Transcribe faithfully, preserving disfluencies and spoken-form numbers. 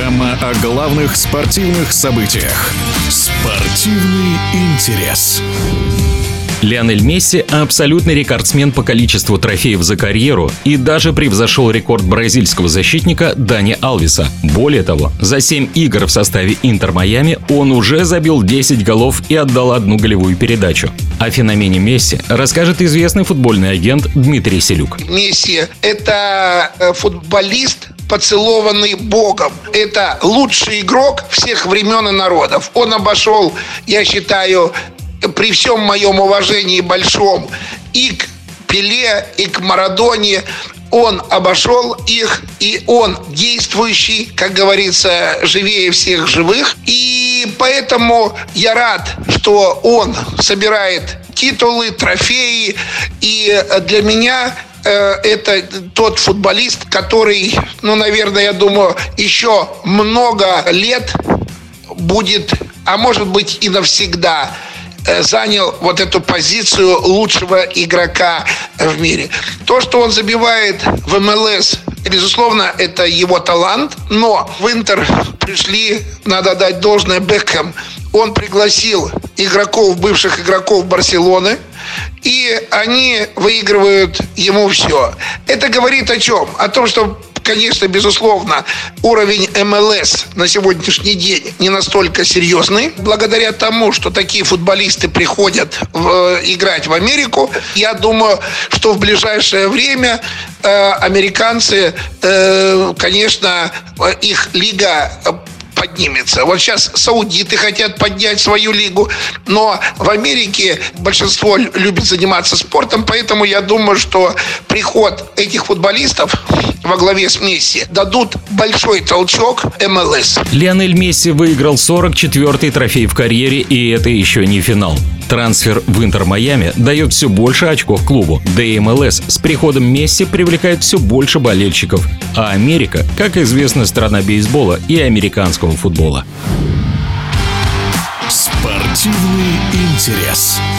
Программа о главных спортивных событиях. Спортивный интерес. Лионель Месси – абсолютный рекордсмен по количеству трофеев за карьеру и даже превзошел рекорд бразильского защитника Дани Алвеса. Более того, за семь игр в составе Интер Майами он уже забил десять голов и отдал одну голевую передачу. О феномене Месси расскажет известный футбольный агент Дмитрий Селюк. Месси – это футболист, поцелованный Богом. Это лучший игрок всех времен и народов. Он обошел, я считаю, при всем моем уважении большом, и к Пеле, и к Марадоне. Он обошел их, и он действующий, как говорится, живее всех живых. И поэтому я рад, что он собирает титулы, трофеи. И для меня э, это тот футболист, который, ну, наверное, я думаю, еще много лет будет, а может быть и навсегда, занял вот эту позицию лучшего игрока в мире. То, что он забивает в эм эл эс, безусловно, это его талант, но в Интер пришли, надо дать должное, Бекхэм. Он пригласил игроков, бывших игроков Барселоны, и они выигрывают ему все. Это говорит о чем? О том, что, конечно, безусловно, уровень эм эл эс на сегодняшний день не настолько серьезный. Благодаря тому, что такие футболисты приходят в, играть в Америку, я думаю, что в ближайшее время э, американцы, э, конечно, их лига поднимется. Вот сейчас саудиты хотят поднять свою лигу, но в Америке большинство любит заниматься спортом, поэтому я думаю, что приход этих футболистов во главе с Месси дадут большой толчок эм эл эс. Лионель Месси выиграл сорок четвёртый трофей в карьере, и это еще не финал. Трансфер в Интер Майами дает все больше очков клубу, да и эм эл эс с приходом Месси привлекает все больше болельщиков. А Америка, как известно, страна бейсбола и американского футбола. Спортивный интерес.